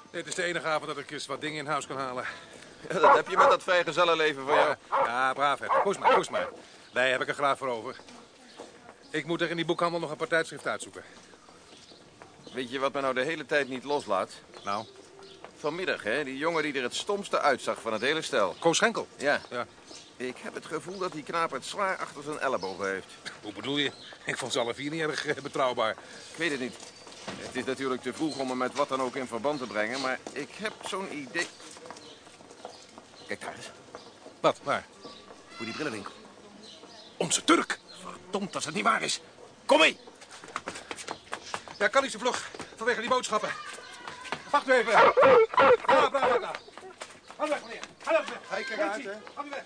Dit is de enige avond dat ik eens wat dingen in huis kan halen. Ja, dat heb je met dat vrijgezellenleven van jou. Ja, braaf, hè. Koes maar. Daar heb ik er graag voor over. Ik moet er in die boekhandel nog een paar tijdschriften uitzoeken. Weet je wat me nou de hele tijd niet loslaat? Nou? Vanmiddag, hè? Die jongen die er het stomste uitzag van het hele stel. Koos Schenkel? Ja. Ja. Ik heb het gevoel dat die knaap het zwaar achter zijn ellebogen heeft. Hoe bedoel je? Ik vond ze alle vier niet erg betrouwbaar. Ik weet het niet. Het is natuurlijk te vroeg om hem met wat dan ook in verband te brengen, maar ik heb zo'n idee... Kijk daar eens. Wat? Waar? Voor die brillenwinkel. Onze Turk! Verdomd als het niet waar is. Kom mee! Ja, kan niet zo vlug. Vanwege die boodschappen. Wacht u even. Ja, braaf. Ga weg, meneer. Ga weg. Hij kijkt uit, hè? Ga u weg.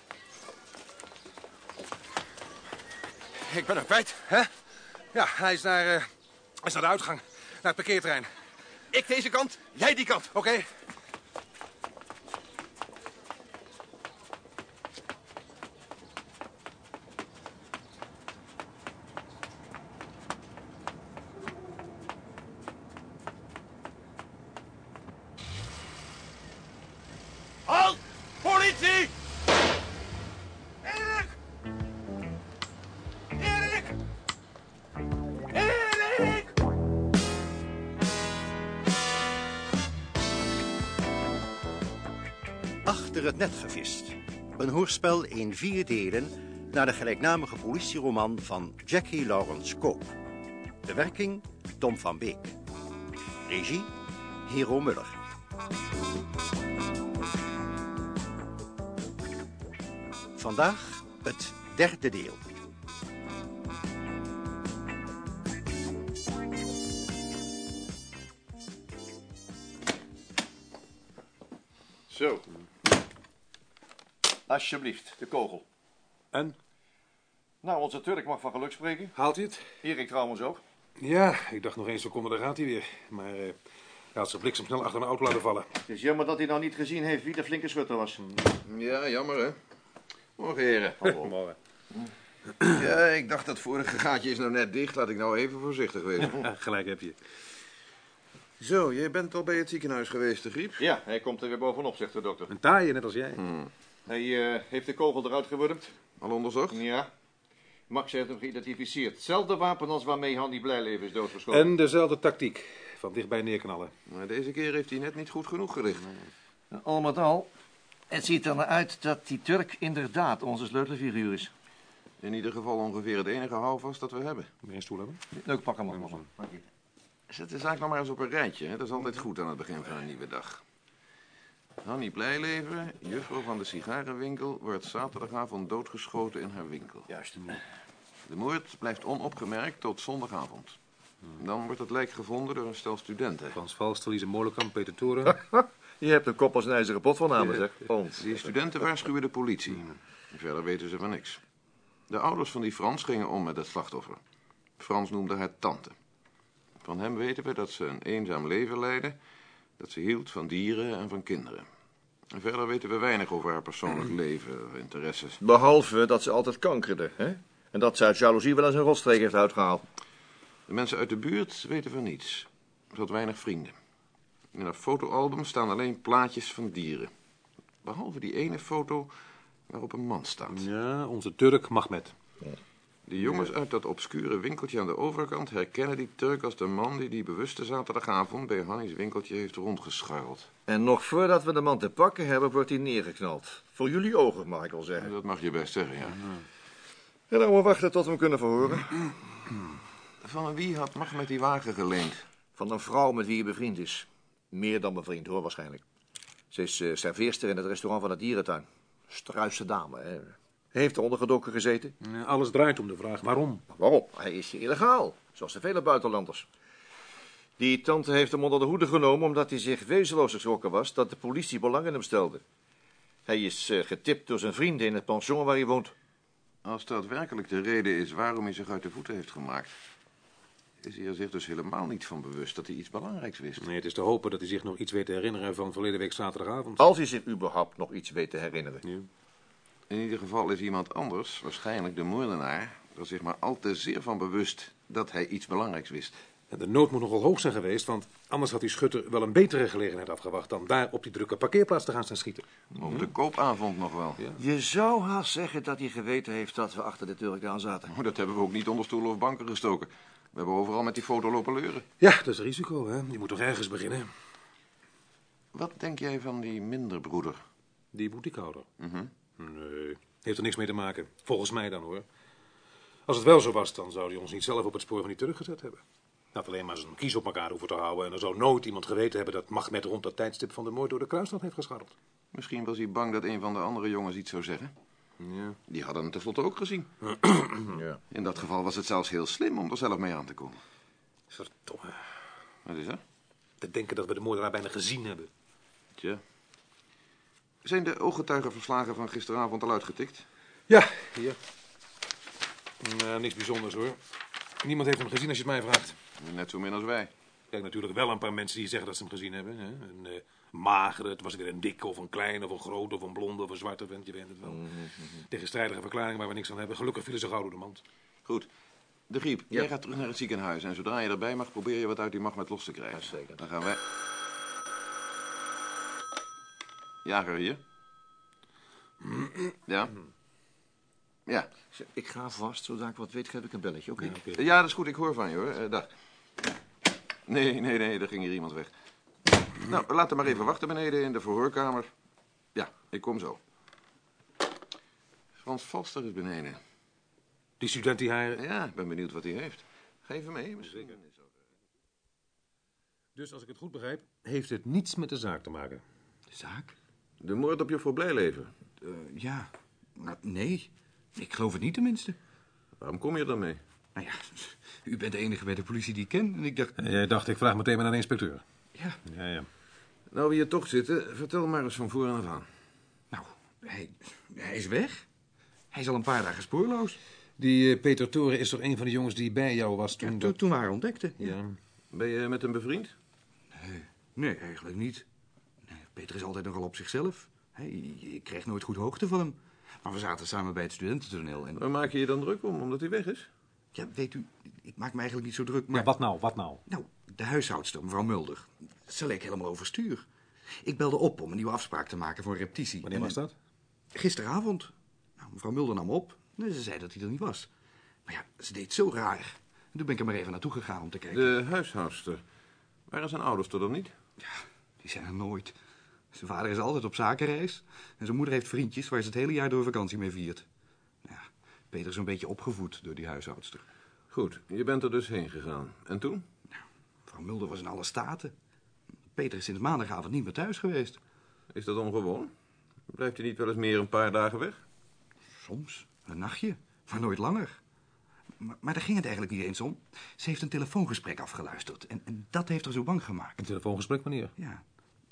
Ik ben hem kwijt. Hè? Ja, hij is naar de uitgang. Naar het parkeerterrein. Ik deze kant, jij die kant. Oké. Halt! Politie! Erik! Achter het net gevist. Een hoorspel in 4 delen naar de gelijknamige politieroman van Jackie Lawrence Koop. Bewerking Tom van Beek. Regie Hero Muller. Vandaag het 3e deel. Zo. Alsjeblieft, de kogel. En? Nou, onze Turk mag van geluk spreken. Haalt hij het? Erik trouwens ook. Ja, ik dacht nog 1 seconde, daar gaat hij weer. Maar hij had zijn bliksem snel achter een auto laten vallen. Het is jammer dat hij nou niet gezien heeft wie de flinke schutter was. Ja, jammer hè. Morgen, heren. Morgen. Ja, ik dacht dat vorige gaatje is nou net dicht. Laat ik nou even voorzichtig wezen. Gelijk heb je. Zo, jij bent al bij het ziekenhuis geweest, de griep? Ja, hij komt er weer bovenop, zegt de dokter. Een taaie, net als jij. Hij heeft de kogel eruit gewurmd. Al onderzocht? Ja. Max heeft hem geïdentificeerd. Hetzelfde wapen als waarmee Hanny Blijleven is doodgeschoten. En dezelfde tactiek. Van dichtbij neerknallen. Maar deze keer heeft hij net niet goed genoeg gericht. Al met al, het ziet er naar uit dat die Turk inderdaad onze sleutelfiguur is. In ieder geval ongeveer het enige houvast dat we hebben. Wil je een stoel hebben? Leuk, pak hem op. Zet de zaak nou maar eens op een rijtje. Hè? Dat is altijd goed aan het begin van een nieuwe dag. Hanny Blijleven, juffrouw van de sigarenwinkel, wordt zaterdagavond doodgeschoten in haar winkel. Juist. De moord blijft onopgemerkt tot zondagavond. Dan wordt het lijk gevonden door een stel studenten. Frans Valstel, Lise Molenkamp, Peter Toren. Je hebt een kop als een ijzeren pot van namen, zeg. Die studenten waarschuwen de politie. Verder weten ze van niks. De ouders van die Frans gingen om met het slachtoffer. Frans noemde haar tante. Van hem weten we dat ze een eenzaam leven leidde, dat ze hield van dieren en van kinderen. En verder weten we weinig over haar persoonlijk leven of interesses. Behalve dat ze altijd kankerde, hè? En dat ze uit jaloezie wel eens een rotstreek heeft uitgehaald. De mensen uit de buurt weten van niets. Ze had weinig vrienden. In haar fotoalbum staan alleen plaatjes van dieren. Behalve die ene foto waarop een man staat. Ja, onze Turk Mahmet. De jongens uit dat obscure winkeltje aan de overkant herkennen die Turk als de man die die bewuste zaterdagavond bij Hannies winkeltje heeft rondgescharreld. En nog voordat we de man te pakken hebben, wordt hij neergeknald. Voor jullie ogen, mag ik wel zeggen. Dat mag je best zeggen, ja. En dan maar wachten tot we hem kunnen verhoren. Van wie had Mahmet die wagen geleend? Van een vrouw met wie hij bevriend is. Meer dan bevriend, hoor, waarschijnlijk. Ze is serveerster in het restaurant van de dierentuin. Struise dame, hè. Heeft er ondergedoken gezeten. Alles draait om de vraag waarom. Waarom? Hij is hier illegaal, zoals de vele buitenlanders. Die tante heeft hem onder de hoede genomen omdat hij zich wezenloos geschrokken was dat de politie belang in hem stelde. Hij is getipt door zijn vrienden in het pension waar hij woont. Als dat werkelijk de reden is waarom hij zich uit de voeten heeft gemaakt, is hij er zich dus helemaal niet van bewust dat hij iets belangrijks wist. Nee, het is te hopen dat hij zich nog iets weet te herinneren van verleden week zaterdagavond. Als hij zich überhaupt nog iets weet te herinneren. Ja. In ieder geval is iemand anders, waarschijnlijk de moordenaar, er zich maar al te zeer van bewust dat hij iets belangrijks wist. En de nood moet nogal hoog zijn geweest, want anders had die schutter wel een betere gelegenheid afgewacht dan daar op die drukke parkeerplaats te gaan staan schieten. Op de koopavond nog wel. Ja. Je zou haast zeggen dat hij geweten heeft dat we achter de Turk aan zaten. Maar dat hebben we ook niet onder stoelen of banken gestoken. We hebben overal met die foto lopen leuren. Ja, dat is een risico, hè. Je moet toch ergens beginnen. Wat denk jij van die minderbroeder? Die boutiquehouder? Nee, heeft er niks mee te maken. Volgens mij dan, hoor. Als het wel zo was, dan zou hij ons niet zelf op het spoor van die Turk gezet hebben. Hij had alleen maar zijn kies op elkaar hoeven te houden. En er zou nooit iemand geweten hebben dat Mahmed rond dat tijdstip van de moord door de kruisstraat heeft gescharreld. Misschien was hij bang dat een van de andere jongens iets zou zeggen. Ja. Die hadden hem tenslotte ook gezien. Ja. In dat geval was het zelfs heel slim om er zelf mee aan te komen. Verdomme. Wat is er? Te denken dat we de moordenaar bijna gezien hebben. Tja. Zijn de ooggetuigenverslagen van gisteravond al uitgetikt? Ja, hier. Niks bijzonders, hoor. Niemand heeft hem gezien als je het mij vraagt. Net zo min als wij. Kijk, natuurlijk wel een paar mensen die zeggen dat ze hem gezien hebben. Hè? Een magere, het was weer een dikke of een kleine of een grote of een blonde of een zwarte vent, je weet het wel. Tegenstrijdige verklaringen waar we niks aan hebben. Gelukkig vielen ze gauw door de mand. Goed. De Griep, jij gaat terug naar het ziekenhuis. En zodra je erbij mag, probeer je wat uit die Mahmed los te krijgen. Ja, zeker. Dan gaan wij... Jager hier. Ja? Ja. Ik ga vast, zodra ik wat weet, geef ik een belletje, oké? Ja, dat is goed. Ik hoor van je, hoor. Dag. Nee, er ging hier iemand weg. Nou, laat hem maar even wachten beneden in de verhoorkamer. Ja, ik kom zo. Frans Valster is beneden. Die student die hij... Ja, ik ben benieuwd wat hij heeft. Ga even mee, misschien. Dus als ik het goed begrijp, heeft het niets met de zaak te maken. De zaak? De moord op je voorblijleven. Ja. Maar nee. Ik geloof het niet tenminste. Waarom kom je er dan mee? Nou ja, u bent de enige bij de politie die ik ken. En ik dacht... Jij dacht, ik vraag meteen maar naar de inspecteur. Ja. Ja. Nou, we hier toch zitten, vertel maar eens van voor en af aan. Nou, hij is weg. Hij is al een paar dagen spoorloos. Die Peter Toren is toch een van de jongens die bij jou was toen... Ja, toen we haar ontdekten. Ja. Ben je met hem bevriend? Nee, eigenlijk niet. Nee, Peter is altijd nogal op zichzelf. Ik kreeg nooit goed hoogte van hem. Maar we zaten samen bij het studententoneel en... Waar maak je je dan druk om, omdat hij weg is? Ja, weet u, ik maak me eigenlijk niet zo druk, maar... Ja, wat nou? Nou, de huishoudster, mevrouw Mulder. Ze leek helemaal overstuur. Ik belde op om een nieuwe afspraak te maken voor een repetitie. Wanneer was dat? Gisteravond. Nou, mevrouw Mulder nam op. Ze zei dat hij er niet was. Maar ja, ze deed zo raar. En toen ben ik er maar even naartoe gegaan om te kijken. De huishoudster. Waren zijn ouders er dan niet? Ja, die zijn er nooit. Zijn vader is altijd op zakenreis. En zijn moeder heeft vriendjes waar ze het hele jaar door vakantie mee viert. Nou ja, Peter is een beetje opgevoed door die huishoudster. Goed, je bent er dus heen gegaan. En toen? Nou, mevrouw Mulder was in alle staten. Peter is sinds maandagavond niet meer thuis geweest. Is dat ongewoon? Blijft hij niet wel eens meer een paar dagen weg? Soms, een nachtje, maar nooit langer. Maar daar ging het eigenlijk niet eens om. Ze heeft een telefoongesprek afgeluisterd. En dat heeft haar zo bang gemaakt. Een telefoongesprek, wanneer? Ja,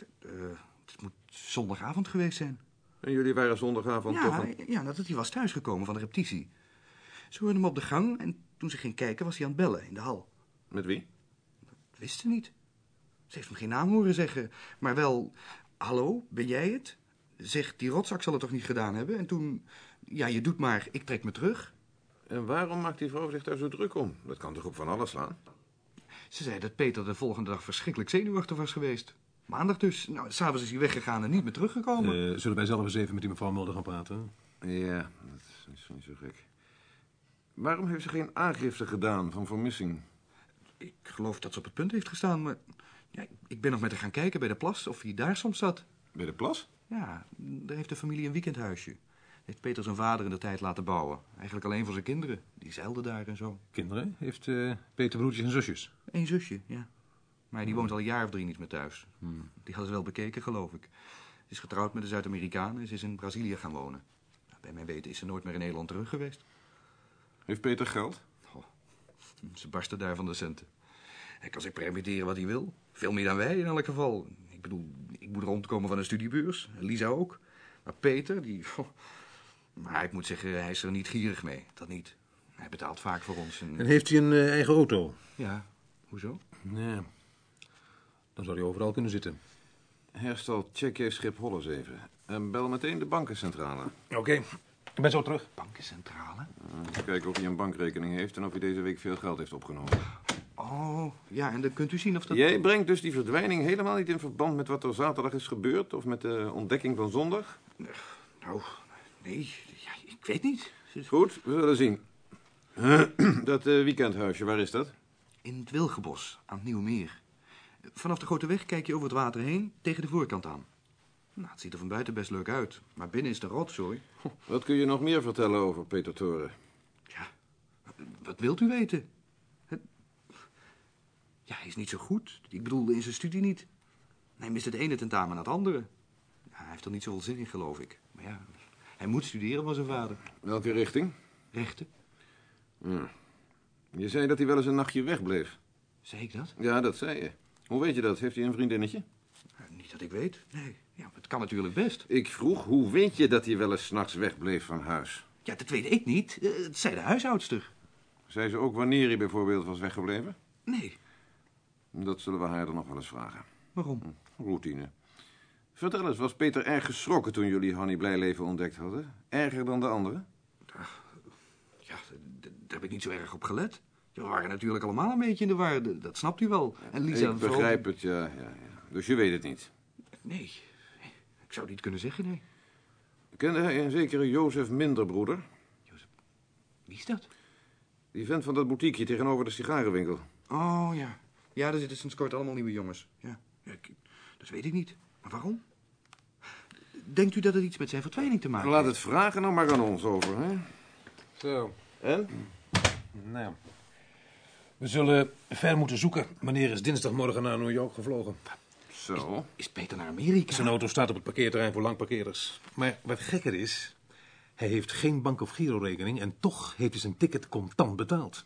het moet zondagavond geweest zijn. En jullie waren zondagavond toch... Ja, nadat hij was thuisgekomen van de repetitie. Ze hoorden hem op de gang en toen ze ging kijken was hij aan het bellen in de hal. Met wie? Dat wist ze niet. Ze heeft hem geen naam horen zeggen, maar wel... Hallo, ben jij het? Zeg, die rotzak zal het toch niet gedaan hebben? En toen... Ja, je doet maar, ik trek me terug. En waarom maakt die vrouw zich daar zo druk om? Dat kan toch op van alles slaan? Ze zei dat Peter de volgende dag verschrikkelijk zenuwachtig was geweest. Maandag dus. Nou, s'avonds is hij weggegaan en niet meer teruggekomen. Zullen wij zelf eens even met die mevrouw Mulder gaan praten? Ja, dat is niet zo gek. Waarom heeft ze geen aangifte gedaan van vermissing? Ik geloof dat ze op het punt heeft gestaan, maar... Ja, ik ben nog met haar gaan kijken bij de plas of hij daar soms zat. Bij de plas? Ja, daar heeft de familie een weekendhuisje. Heeft Peter zijn vader in de tijd laten bouwen. Eigenlijk alleen voor zijn kinderen. Die zeilden daar en zo. Kinderen? Heeft Peter broertjes en zusjes? Eén zusje, ja. Maar die woont al een jaar of 3 niet meer thuis. Die hadden ze wel bekeken, geloof ik. Ze is getrouwd met een Zuid-Amerikaan en ze is in Brazilië gaan wonen. Bij mijn weten is ze nooit meer in Nederland terug geweest. Heeft Peter geld? Ze barsten daar van de centen. Hij kan zich permitteren wat hij wil. Veel meer dan wij in elk geval. Ik bedoel, ik moet rondkomen van een studiebeurs. Lisa ook. Maar Peter, die... Maar ik moet zeggen, hij is er niet gierig mee. Dat niet. Hij betaalt vaak voor ons. En heeft hij een eigen auto? Ja, hoezo? Nee. Dan zou hij overal kunnen zitten. Herstel, check je Schiphol eens even. En bel meteen de bankencentrale. Oké, ik ben zo terug. Bankencentrale? Kijken of hij een bankrekening heeft en of hij deze week veel geld heeft opgenomen. Oh, Oh, ja, en dan kunt u zien of dat... Jij brengt dus die verdwijning helemaal niet in verband met wat er zaterdag is gebeurd? Of met de ontdekking van zondag? Nou, nee, ja, ik weet niet. Goed, we zullen zien. Dat weekendhuisje, waar is dat? In het Wilgenbos, aan het Nieuwmeer. Vanaf de grote weg kijk je over het water heen, tegen de voorkant aan. Nou, het ziet er van buiten best leuk uit, maar binnen is de rotzooi. Wat kun je nog meer vertellen over Peter Toren? Ja, wat wilt u weten? Ja, hij is niet zo goed. Ik bedoel, in zijn studie niet. Hij mist het ene tentamen na het andere. Ja, hij heeft er niet zoveel zin in, geloof ik. Maar ja, hij moet studeren van zijn vader. Welke richting? Rechten? Ja. Je zei dat hij wel eens een nachtje wegbleef. Zei ik dat? Ja, dat zei je. Hoe weet je dat? Heeft hij een vriendinnetje? Niet dat ik weet, nee. Ja, het kan natuurlijk best. Ik vroeg, hoe weet je dat hij wel eens 's nachts wegbleef van huis? Ja, dat weet ik niet. Het zei de huishoudster. Zei ze ook wanneer hij bijvoorbeeld was weggebleven? Nee. Dat zullen we haar dan nog wel eens vragen. Waarom? Routine. Vertel eens, was Peter erg geschrokken toen jullie Hannie Blijleven ontdekt hadden? Erger dan de anderen? Ja, daar heb ik niet zo erg op gelet. We waren natuurlijk allemaal een beetje in de war, dat snapt u wel. En Lisa... Ik begrijp het, ja. Dus je weet het niet. Nee, ik zou het niet kunnen zeggen, nee. Kende hij een zekere Jozef Minderbroeder? Wie is dat? Die vent van dat boutiqueje tegenover de sigarenwinkel. Oh, ja. Ja, daar zitten sinds kort allemaal nieuwe jongens. Ja, dat weet ik niet. Maar waarom? Denkt u dat het iets met zijn verdwijning te maken Laat heeft? het vragen nou maar aan ons over, hè? Zo. En? Nou. We zullen ver moeten zoeken. Meneer is dinsdagmorgen naar New York gevlogen. Zo. Is Peter naar Amerika? Zijn auto staat op het parkeerterrein voor langparkeerders. Maar wat gekker is, hij heeft geen bank- of girorekening en toch heeft hij zijn ticket contant betaald.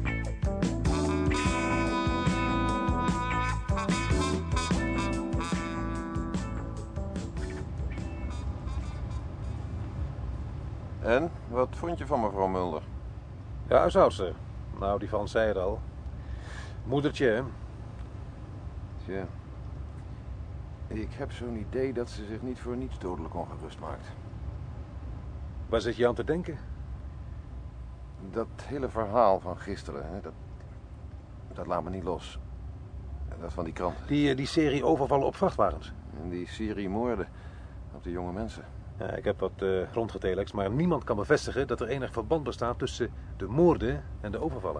En? Wat vond je van mevrouw Mulder? Ja, huishoudster. Nou, die van zei het al. Moedertje, hè? Tja. Ik heb zo'n idee dat ze zich niet voor niets dodelijk ongerust maakt. Waar zit je aan te denken? Dat hele verhaal van gisteren, hè, dat laat me niet los. Dat van die krant. Die serie overvallen op vrachtwagens. En die serie moorden op de jonge mensen. Ja, ik heb wat rondgetelext, maar niemand kan bevestigen dat er enig verband bestaat tussen de moorden en de overvallen.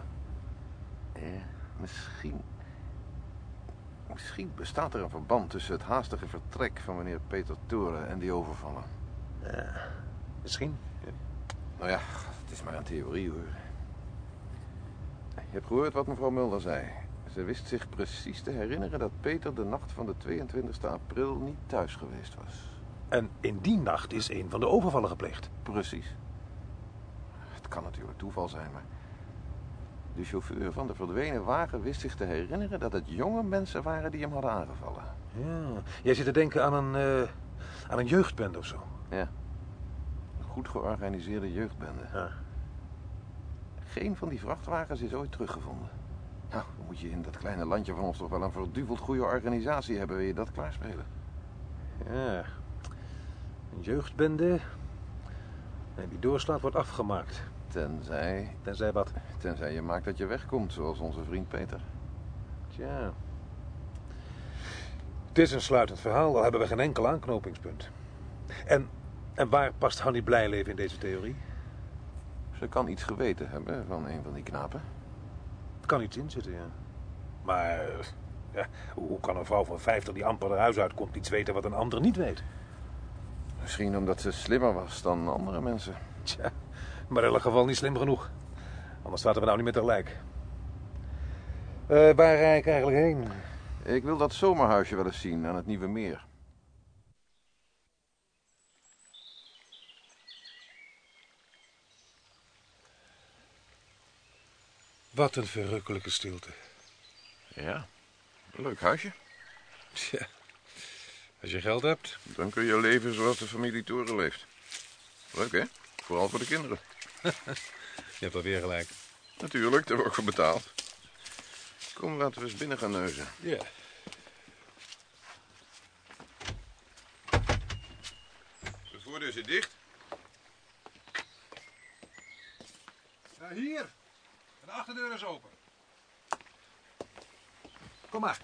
Misschien bestaat er een verband tussen het haastige vertrek van meneer Peter Toren en die overvallen. Misschien. Ja. Nou ja, het is maar een theorie hoor. Je hebt gehoord wat mevrouw Mulder zei. Ze wist zich precies te herinneren dat Peter de nacht van de 22e april niet thuis geweest was. En in die nacht is een van de overvallen gepleegd. Precies. Het kan natuurlijk toeval zijn, maar... De chauffeur van de verdwenen wagen wist zich te herinneren dat het jonge mensen waren die hem hadden aangevallen. Ja, jij zit te denken aan een jeugdbende of zo. Ja. Een goed georganiseerde jeugdbende. Ja. Geen van die vrachtwagens is ooit teruggevonden. Nou, dan moet je in dat kleine landje van ons toch wel een verduveld goede organisatie hebben, wil je dat klaarspelen? Ja. Een jeugdbende. En die doorslaat wordt afgemaakt. Tenzij Tenzij wat? Tenzij je maakt dat je wegkomt, zoals onze vriend Peter. Tja. Het is een sluitend verhaal, al hebben we geen enkel aanknopingspunt. En waar past Hannie Blijleven in deze theorie? Ze kan iets geweten hebben van een van die knapen. Het kan iets inzitten, ja. Maar ja, hoe kan een vrouw van 50 die amper naar huis uitkomt iets weten wat een ander niet weet? Misschien omdat ze slimmer was dan andere mensen. Tja, maar in elk geval niet slim genoeg. Anders zaten we nou niet meer tegelijk. Waar rijd ik eigenlijk heen? Ik wil dat zomerhuisje wel eens zien aan het Nieuwe Meer. Wat een verrukkelijke stilte. Ja, een leuk huisje. Tja, als je geld hebt. Dan kun je leven zoals de familie Toren leeft. Leuk, hè? Vooral voor de kinderen. Je hebt alweer gelijk. Natuurlijk, daar wordt ook voor betaald. Kom, laten we eens binnen gaan neuzen. Ja. De voordeur zit dicht. Ja, hier. De achterdeur is open. Kom maar.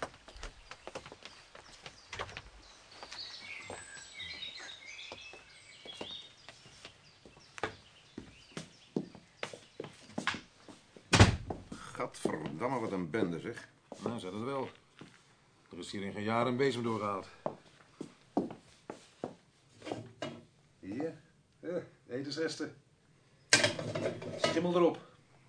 Gadverdamme, wat een bende, zeg. Nou, zet het wel. Er is hier in geen jaar een bezem doorgehaald. Hier, etensresten. Schimmel erop.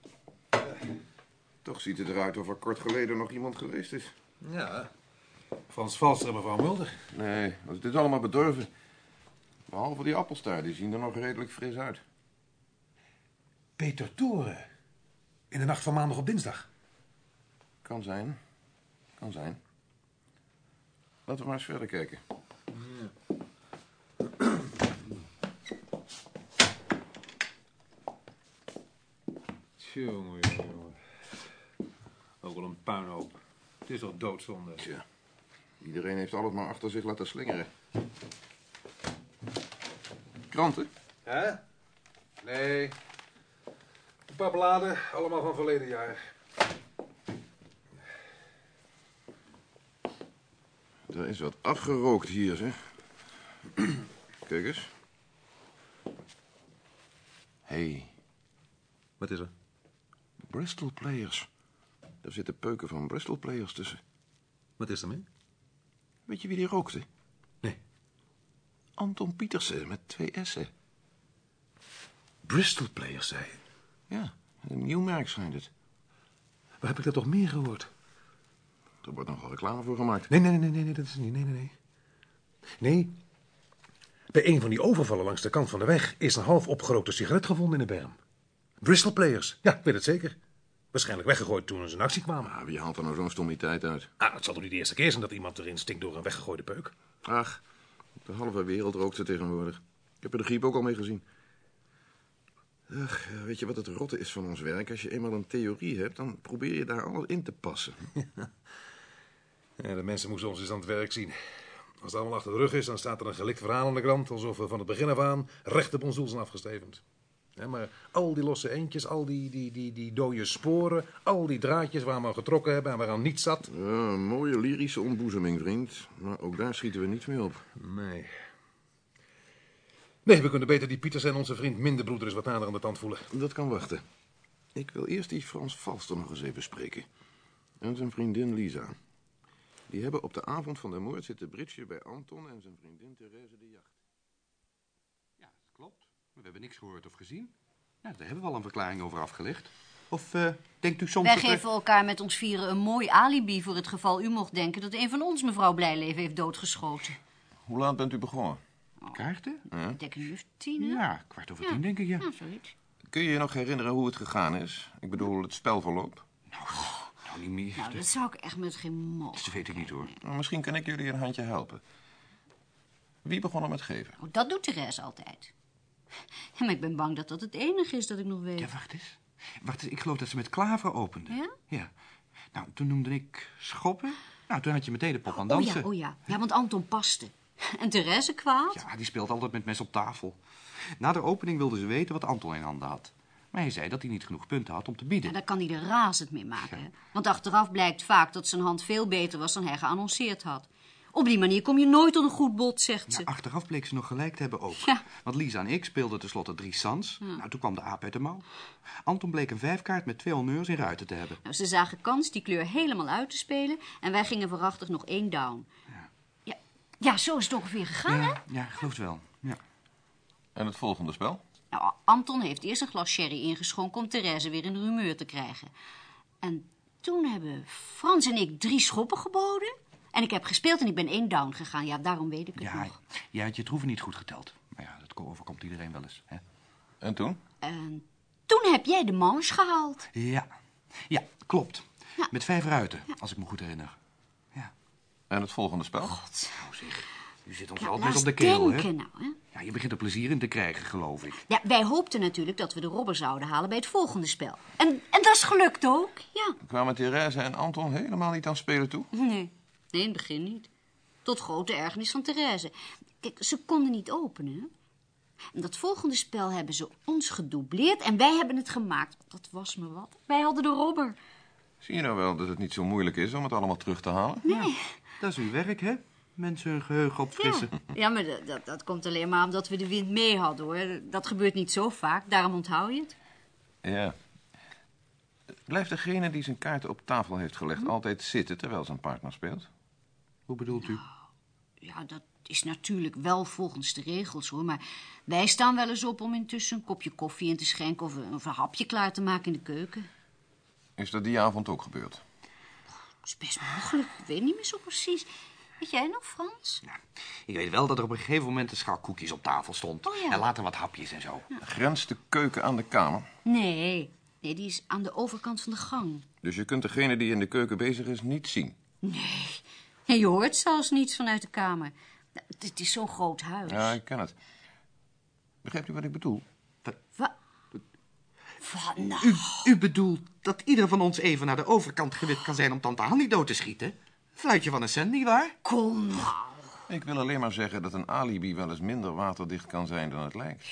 Toch ziet het eruit of er kort geleden nog iemand geweest is. Ja, Frans Valster en mevrouw Mulder. Nee, het is allemaal bedorven. Behalve die appelstaart, die zien er nog redelijk fris uit. Peter Toren. In de nacht van maandag op dinsdag. Kan zijn. Kan zijn. Laten we maar eens verder kijken. Jongen. Ook wel een puinhoop. Het is al doodzonde. Tja, iedereen heeft alles maar achter zich laten slingeren. Kranten? Hè? Nee. Een paar bladen, allemaal van verleden jaar. Er is wat afgerookt hier, zeg. Kijk eens. Hé, Wat is er? Bristol Players. Daar zitten peuken van Bristol Players tussen. Wat is er mee? Weet je wie die rookte? Nee. Anton Pietersen met 2 S'en. Bristol Players, zei je. Ja, een nieuw merk schijnt het. Waar heb ik dat toch meer gehoord? Er wordt nogal reclame voor gemaakt. Nee, dat is niet. Nee. Nee. Bij een van die overvallen langs de kant van de weg is een half opgerookte sigaret gevonden in de berm. Bristol Players. Ja, ik weet het zeker. Waarschijnlijk weggegooid toen ze in actie kwamen. Maar wie haalt er nou zo'n stommiteit uit? Het zal toch niet de eerste keer zijn dat iemand erin stinkt door een weggegooide peuk? Ach, de halve wereld rookt ze tegenwoordig. Ik heb er de griep ook al mee gezien. Ach, weet je wat het rotte is van ons werk? Als je eenmaal een theorie hebt, dan probeer je daar alles in te passen. Ja, de mensen moesten ons eens aan het werk zien. Als het allemaal achter de rug is, dan staat er een gelikt verhaal in de krant, alsof we van het begin af aan recht op ons doel zijn afgestevend. Ja, maar al die losse eendjes, al die dode sporen, al die draadjes waar we aan getrokken hebben en waaraan niets zat. Ja, een mooie lyrische ontboezeming, vriend. Maar ook daar schieten we niets mee op. Nee. Nee, we kunnen beter die Pieters en onze vriend Minderbroeder eens wat nader aan de tand voelen. Dat kan wachten. Ik wil eerst die Frans Valster nog eens even spreken. En zijn vriendin Lisa. Die hebben op de avond van de moord zitten bridgen bij Anton en zijn vriendin Therese de Jacht. Ja, dat klopt. We hebben niks gehoord of gezien. Ja, daar hebben we al een verklaring over afgelegd. Of denkt u soms... Wij dat we- geven elkaar met ons vieren een mooi alibi voor het geval u mocht denken dat een van ons mevrouw Blijleven heeft doodgeschoten. Hoe laat bent u begonnen? Kaarten? Ik denk een uur of 10, hè? Ja, 10:15 denk ik, ja. Ja, zoiets. Kun je je nog herinneren hoe het gegaan is? Ik bedoel, het spelverloop. Nou, niet meer. Nou, dat zou ik echt met geen mol. Dat weet ik niet, hoor. Nou, misschien kan ik jullie een handje helpen. Wie begon er met geven? Oh, dat doet Therese altijd. Ja, maar ik ben bang dat dat het enige is dat ik nog weet. Ja, wacht eens. Wacht eens, ik geloof dat ze met Klaver opende. Ja? Ja. Nou, toen noemde ik schoppen. Nou, toen had je meteen de pop aan Oh dansen. ja, oh ja. Ja, want Anton paste. En Therese kwaad? Ja, die speelt altijd met mes op tafel. Na de opening wilde ze weten wat Anton in handen had. Maar hij zei dat hij niet genoeg punten had om te bieden. En daar kan hij er razend mee maken. Hè? Want achteraf blijkt vaak dat zijn hand veel beter was dan hij geannonceerd had. Op die manier kom je nooit tot een goed bod, zegt ze. Ja, achteraf bleek ze nog gelijk te hebben ook. Ja. Want Lisa en ik speelden tenslotte 3 sans. Nou, toen kwam de aap uit de mouw. Anton bleek een 5-kaart met 2 honneurs in ruiten te hebben. Nou, ze zagen kans die kleur helemaal uit te spelen. En wij gingen waarachtig nog 1 down. Ja, zo is het ongeveer gegaan, hè? Ja, ik geloof het wel. Ja. En het volgende spel? Nou, Anton heeft eerst een glas sherry ingeschonken om Therese weer in de humeur te krijgen. En toen hebben Frans en ik 3 schoppen geboden. En ik heb gespeeld en ik ben 1 down gegaan. Ja, daarom weet ik het Ja, nog. jij had je troeven niet goed geteld. Maar ja, dat overkomt iedereen wel eens. Hè? En toen? En toen heb jij de manche gehaald. Ja, klopt. Ja. Met 5 ruiten, als ik me goed herinner. Ja. En het volgende spel? Nou zeg, u zit ons Nou, altijd laat op de eens keel, hè? denken nou, hè? Ja, je begint er plezier in te krijgen, geloof ik. Ja, wij hoopten natuurlijk dat we de robber zouden halen bij het volgende spel. En dat is gelukt ook, ja. Kwamen Therese en Anton helemaal niet aan spelen toe? Nee, in het begin niet. Tot grote ergernis van Therese. Kijk, ze konden niet openen. En dat volgende spel hebben ze ons gedoubleerd en wij hebben het gemaakt. Dat was me wat. Wij hadden de robber. Zie je nou wel dat het niet zo moeilijk is om het allemaal terug te halen? Nee. Dat is uw werk, hè? Mensen hun geheugen opfrissen. Ja, maar dat komt alleen maar omdat we de wind mee hadden, hoor. Dat gebeurt niet zo vaak, daarom onthoud je het. Ja. Blijft degene die zijn kaarten op tafel heeft gelegd altijd zitten terwijl zijn partner speelt? Hoe bedoelt u? Ja, dat is natuurlijk wel volgens de regels, hoor. Maar wij staan wel eens op om intussen een kopje koffie in te schenken... of een hapje klaar te maken in de keuken. Is dat die avond ook gebeurd? Dat is best mogelijk, ik weet niet meer zo precies. Weet jij nog, Frans? Nou, ik weet wel dat er op een gegeven moment een schaal koekjes op tafel stond. Oh, ja. En later wat hapjes en zo. Grenst de keuken aan de kamer? Nee, die is aan de overkant van de gang. Dus je kunt degene die in de keuken bezig is niet zien? Nee, je hoort zelfs niets vanuit de kamer. Het is zo'n groot huis. Ja, ik ken het. Begrijpt u wat ik bedoel? Wat nou? U bedoelt dat ieder van ons even naar de overkant gewit kan zijn om tante Hannie dood te schieten? Fluitje van een cent, nietwaar? Kom nou. Ik wil alleen maar zeggen dat een alibi wel eens minder waterdicht kan zijn dan het lijkt.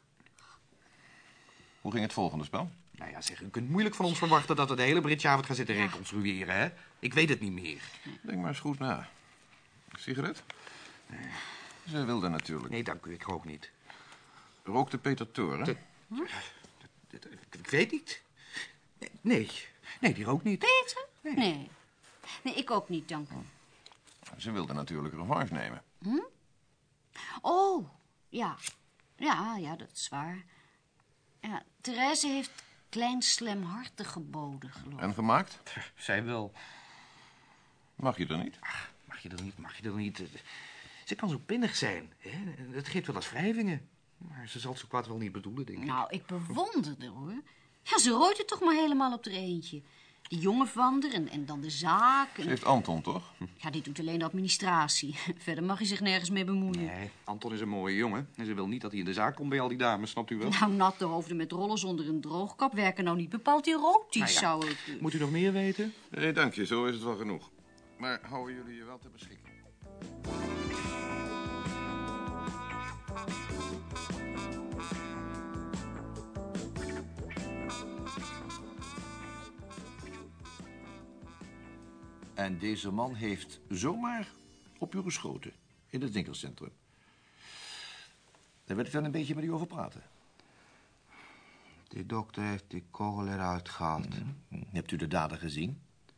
Hoe ging het volgende spel? Nou ja, zeg, u kunt moeilijk van ons verwachten dat we de hele Bridgeavond gaan zitten reconstrueren, hè? Ik weet het niet meer. Denk maar eens goed na. Sigaret? Ze wilde natuurlijk. Nee, dank u, ik rook niet. Rookte Peter Toren? Ik weet niet. Nee, die rookt niet. Peter? Nee. Nee, ik ook niet, dank u. Ze wilde natuurlijk revanche nemen. Oh, ja. Ja, dat is waar. Ja, Therese heeft klein slemhartig geboden, geloof ik. En gemaakt? Zij wel. Mag je er niet? Mag je er niet. Ze kan zo pinnig zijn. Hè? Dat geeft wel eens wrijvingen. Maar ze zal het zo kwaad wel niet bedoelen, denk ik. Nou, ik bewonderde, hoor. Ja, ze rooit het toch maar helemaal op er eentje. Die jongen van haar en dan de zaak. Ze En... heeft Anton, toch? Ja, die doet alleen de administratie. Verder mag hij zich nergens mee bemoeien. Nee, Anton is een mooie jongen. En ze wil niet dat hij in de zaak komt bij al die dames, snapt u wel? Nou, natte hoofden met rollen zonder een droogkap werken nou niet bepaald erotisch, Nou ja, zou ik... Moet u nog meer weten? Nee, dank je. Zo is het wel genoeg. Maar houden jullie je wel ter beschikking? En deze man heeft zomaar op u geschoten in het winkelcentrum. Daar wil ik dan een beetje met u over praten. Die dokter heeft die kogel eruit gehaald. Hebt u de dader gezien?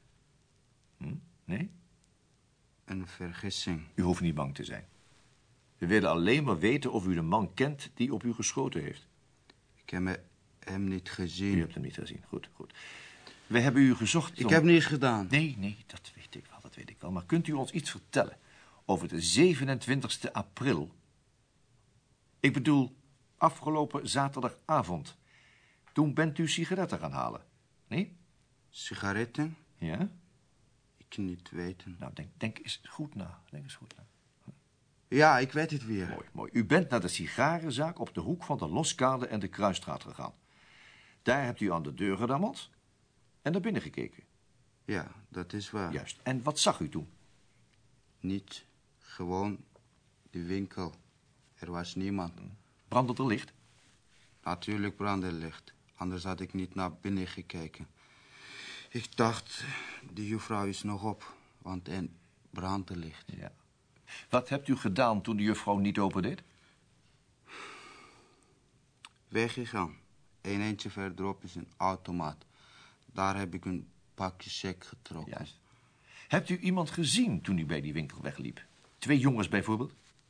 Nee? Een vergissing. U hoeft niet bang te zijn. We willen alleen maar weten of u de man kent die op u geschoten heeft. Ik heb hem niet gezien. U hebt hem niet gezien. Goed. We hebben u gezocht. Ik heb niets gedaan. Nee, dat weet ik wel. Maar kunt u ons iets vertellen over de 27e april? Ik bedoel, afgelopen zaterdagavond. Toen bent u sigaretten gaan halen, nee? Sigaretten? Ja? Ik niet weten. Nou, denk eens goed na. Ja, ik weet het weer. Mooi. U bent naar de sigarenzaak op de hoek van de Loskade en de Kruisstraat gegaan. Daar hebt u aan de deur gedammeld en naar binnen gekeken. Ja, dat is waar. Juist. En wat zag u toen? Niet. Gewoon de winkel. Er was niemand. Brandde er licht? Natuurlijk brandde licht. Anders had ik niet naar binnen gekeken. Ik dacht, de juffrouw is nog op. Want er brandde licht. Ja. Wat hebt u gedaan toen de juffrouw niet opendeed? Weggegaan. Een eentje verderop is een automaat. Daar heb ik een pakje check getrokken. Juist. Hebt u iemand gezien toen u bij die winkel wegliep? 2 jongens bijvoorbeeld?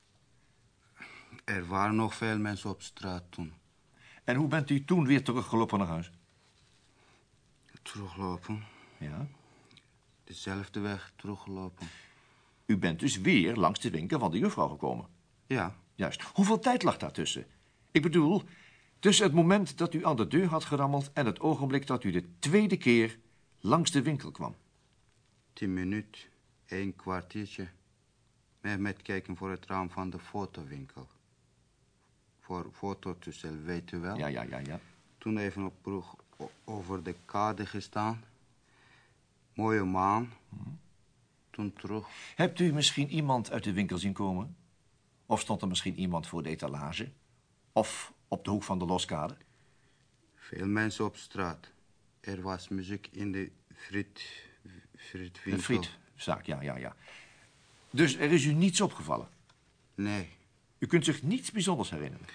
Er waren nog veel mensen op straat toen. En hoe bent u toen weer teruggelopen naar huis? Teruglopen? Ja. Dezelfde weg teruggelopen. U bent dus weer langs de winkel van de juffrouw gekomen? Ja. Juist. Hoeveel tijd lag daartussen? Ik bedoel, tussen het moment dat u aan de deur had gerammeld en het ogenblik dat u de 2e keer langs de winkel kwam. 10 minuten, 1 kwartiertje. Met kijken voor het raam van de fotowinkel. Voor fototoestel, weet u wel? Ja. Toen even op brug over de kade gestaan. Mooie maan. Toen terug. Hebt u misschien iemand uit de winkel zien komen? Of stond er misschien iemand voor de etalage? Of op de hoek van de Loskade? Veel mensen op straat. Er was muziek in de frietwinkel. Een frietzaak, ja. Dus er is u niets opgevallen? Nee. U kunt zich niets bijzonders herinneren?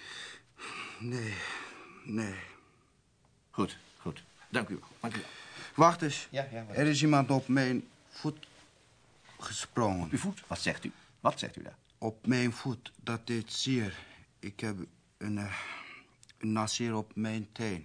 Nee. Goed. Dank u wel. Wacht eens. Ja, wat? Er is iemand op mijn voet gesprongen. Uw voet? Wat zegt u daar? Op mijn voet, dat deed zeer. Ik heb een nasseer op mijn teen.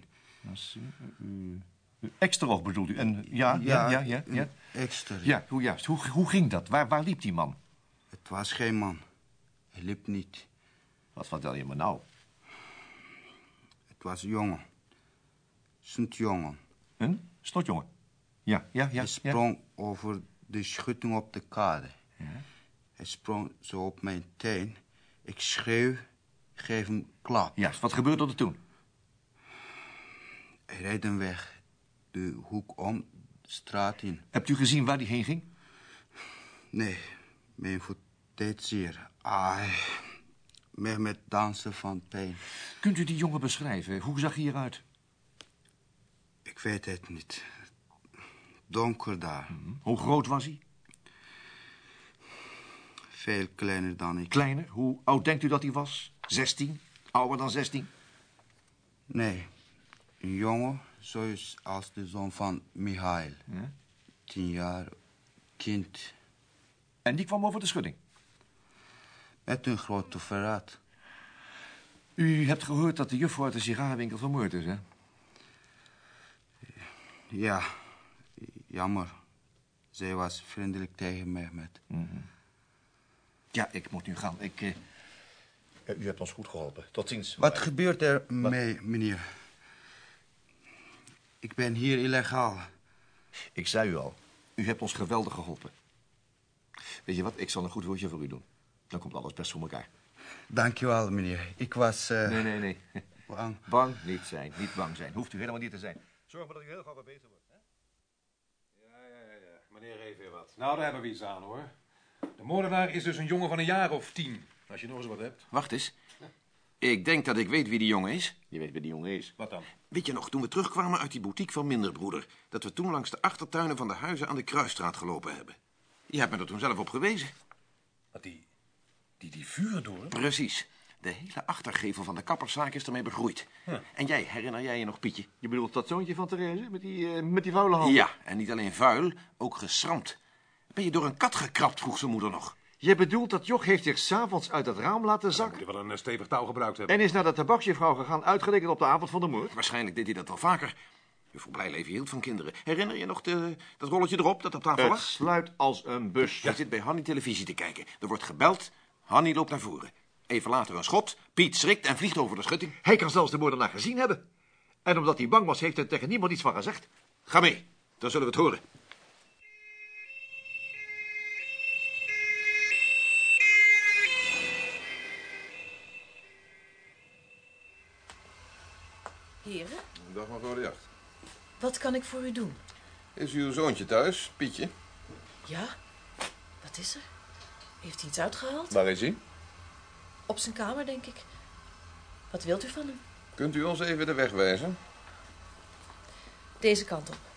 Eksterhof bedoelt u? Ja. Extra. Ja, hoe juist. Hoe ging dat? Waar liep die man? Het was geen man. Hij liep niet. Wat vertel je me nou? Het was een jongen. Sint-jongen. Een snotjongen? Ja. Hij sprong over de schutting op de kade. Ja. Hij sprong zo op mijn teen. Ik schreeuw, geef hem klap. Ja, wat gebeurde er toen? Hij reed hem weg. De hoek om, de straat in. Hebt u gezien waar die heen ging? Nee, mijn voet deed zeer. Met dansen van pijn. Kunt u die jongen beschrijven? Hoe zag hij eruit? Ik weet het niet. Donker daar. Hoe groot was hij? Veel kleiner dan ik. Kleiner? Hoe oud denkt u dat hij was? 16? Ouder dan 16? Nee, een jongen zoals als de zoon van Michael. Ja? 10 jaar, kind. En die kwam over de schutting? Met een grote verraad. U hebt gehoord dat de juffrouw uit de sigarenwinkel vermoord is, hè? Ja, jammer. Zij was vriendelijk tegen mij met. Ja, ik moet nu gaan. U hebt ons goed geholpen. Tot ziens. Wat gebeurt er mee, meneer? Ik ben hier illegaal. Ik zei u al, u hebt ons geweldig geholpen. Weet je wat, ik zal een goed woordje voor u doen. Dan komt alles best voor elkaar. Dankjewel, meneer. Ik was... Nee. bang. Bang niet zijn, niet bang zijn. Hoeft u helemaal niet te zijn. Zorg maar dat u heel gauw weer beter wordt. Hè? Ja. Meneer heeft weer wat. Nou, daar hebben we iets aan, hoor. De moordenaar is dus een jongen van een jaar of 10. Als je nog eens wat hebt. Wacht eens. Ik denk dat ik weet wie die jongen is. Je weet wie die jongen is. Wat dan? Weet je nog, toen we terugkwamen uit die boutique van Minderbroeder... dat we toen langs de achtertuinen van de huizen aan de Kruisstraat gelopen hebben? Je hebt me er toen zelf op gewezen. Wat die vuren door? Precies. De hele achtergevel van de kapperszaak is ermee begroeid. Ja. En jij, herinner jij je nog, Pietje? Je bedoelt dat zoontje van Therese met die vuile handen? Ja, en niet alleen vuil, ook geschramd. Ben je door een kat gekrapt, vroeg zijn moeder nog. Je bedoelt dat Joch heeft zich 's avonds uit het raam laten Dan zakken... moet je wel een stevig touw gebruikt hebben. en is naar de tabaksjuffrouw gegaan, uitgerekend op de avond van de moord? Waarschijnlijk deed hij dat wel vaker. Juffrouw Blijleven hield van kinderen. Herinner je nog dat rolletje erop dat op tafel Het lag? sluit als een bus. Hij zit bij Hanny televisie te kijken. Er wordt gebeld. Hanny loopt naar voren. Even later een schot. Piet schrikt en vliegt over de schutting. Hij kan zelfs de moordenaar gezien hebben. En omdat hij bang was, heeft hij tegen niemand iets van gezegd. Ga mee, dan zullen we het horen. Heren, Dag mevrouw de Jacht. wat kan ik voor u doen? Is uw zoontje thuis, Pietje? Ja? Wat is er? Heeft hij iets uitgehaald? Waar is hij? Op zijn kamer, denk ik. Wat wilt u van hem? Kunt u ons even de weg wijzen? Deze kant op.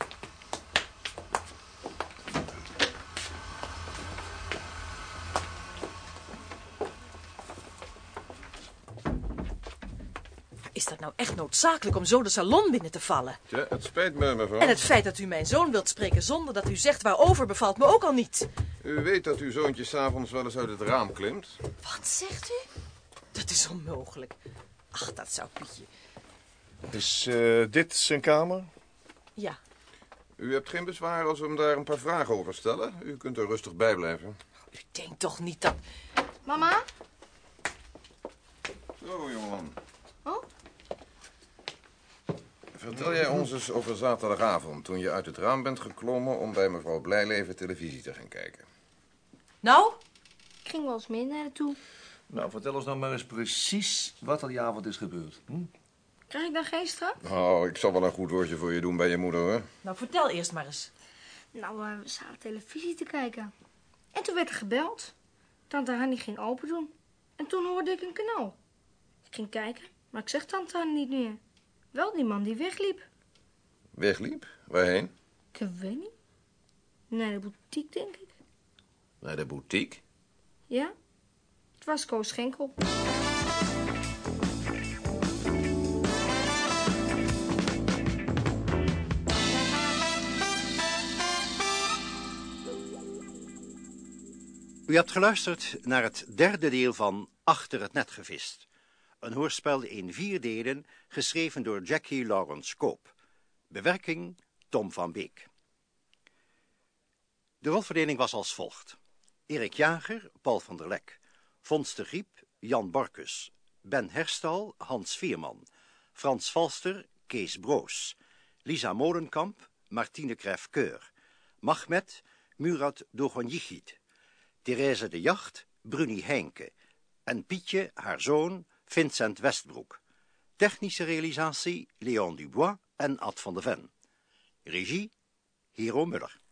Is dat nou echt noodzakelijk om zo de salon binnen te vallen? Ja, het spijt me, mevrouw. En het feit dat u mijn zoon wilt spreken zonder dat u zegt waarover bevalt me ook al niet. U weet dat uw zoontje 's avonds wel eens uit het raam klimt? Wat zegt u? Dat is onmogelijk. Ach, dat zou Pietje. Is dit zijn kamer? Ja, U hebt geen bezwaar als we hem daar een paar vragen over stellen? U kunt er rustig bij blijven. u denkt toch niet dat... Mama? Zo, jongeman. Oh? Vertel jij ons eens over zaterdagavond... toen je uit het raam bent geklommen om bij mevrouw Blijleven televisie te gaan kijken. Nou? Ik ging wel eens mee naar naartoe. Nou, vertel ons nou maar eens precies wat er die avond is gebeurd. Krijg ik dan geen straf? Nou, ik zal wel een goed woordje voor je doen bij je moeder, hoor. Nou, vertel eerst maar eens. Nou, we zaten televisie te kijken. En toen werd er gebeld. Tante Hanny ging open doen. En toen hoorde ik een knal. Ik ging kijken, maar ik zag tante Hanny niet meer. Wel die man die wegliep. Wegliep? Waarheen? Ik weet niet. Naar de boutique, denk ik. Naar de boutique? Ja, het was Koos Schenkel. U hebt geluisterd naar het derde deel van Achter het net gevist. Een hoorspel in 4 delen, geschreven door Jackie Lawrence Koop. Bewerking Tom van Beek. De rolverdeling was als volgt. Erik Jager, Paul van der Lek. Fons de Griep, Jan Borkus. Ben Herstal, Hans Veerman. Frans Valster, Kees Broos. Lisa Molenkamp, Martine Kref-Keur. Mahmet, Murat Dogonjichit. Therese de Jacht, Bruni Heinke. En Pietje, haar zoon, Vincent Westbroek. Technische realisatie, Leon Dubois en Ad van de Ven. Regie, Hero Muller.